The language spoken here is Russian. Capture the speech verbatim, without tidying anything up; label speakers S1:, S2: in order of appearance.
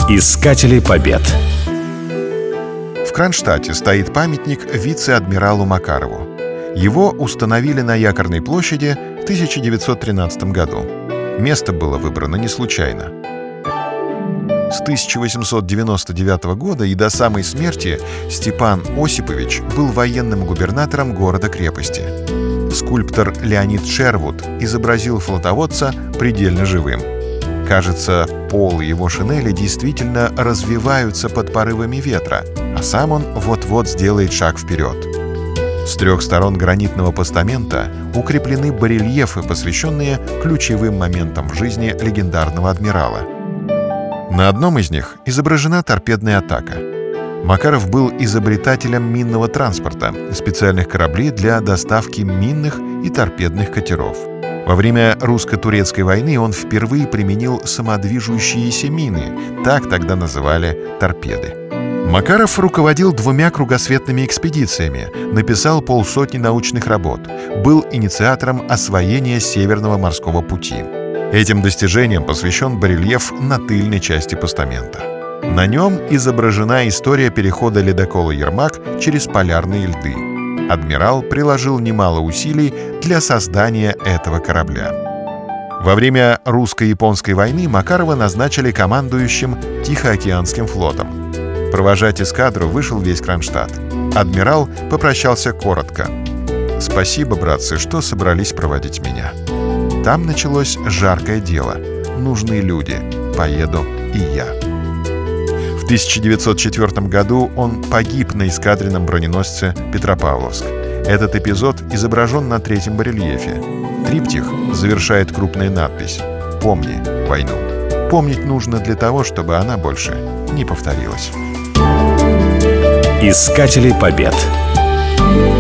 S1: Искатели побед.
S2: В Кронштадте стоит памятник вице-адмиралу Макарову. Его установили на Якорной площади в тысяча девятьсот тринадцатом году. Место было выбрано не случайно. С тысяча восемьсот девяносто девятого года и до самой смерти Степан Осипович был военным губернатором города-крепости. Скульптор Леонид Шервуд изобразил флотоводца предельно живым. Кажется, полы его шинели действительно развиваются под порывами ветра, а сам он вот-вот сделает шаг вперед. С трех сторон гранитного постамента укреплены барельефы, посвященные ключевым моментам в жизни легендарного адмирала. На одном из них изображена торпедная атака. Макаров был изобретателем минного транспорта, специальных кораблей для доставки минных и торпедных катеров. Во время русско-турецкой войны он впервые применил самодвижущиеся мины, так тогда называли торпеды. Макаров руководил двумя кругосветными экспедициями, написал полсотни научных работ, был инициатором освоения Северного морского пути. Этим достижением посвящен барельеф на тыльной части постамента. На нем изображена история перехода ледокола «Ермак» через полярные льды. Адмирал приложил немало усилий для создания этого корабля. Во время русско-японской войны Макарова назначили командующим Тихоокеанским флотом. Провожать эскадру вышел весь Кронштадт. Адмирал попрощался коротко. «Спасибо, братцы, что собрались проводить меня. Там началось жаркое дело. Нужны люди. Поеду и я». В тысяча девятьсот четвёртом году он погиб на эскадренном броненосце «Петропавловск». Этот эпизод изображен на третьем барельефе. Триптих завершает крупная надпись «Помни войну». Помнить нужно для того, чтобы она больше не повторилась.
S1: Искатели побед.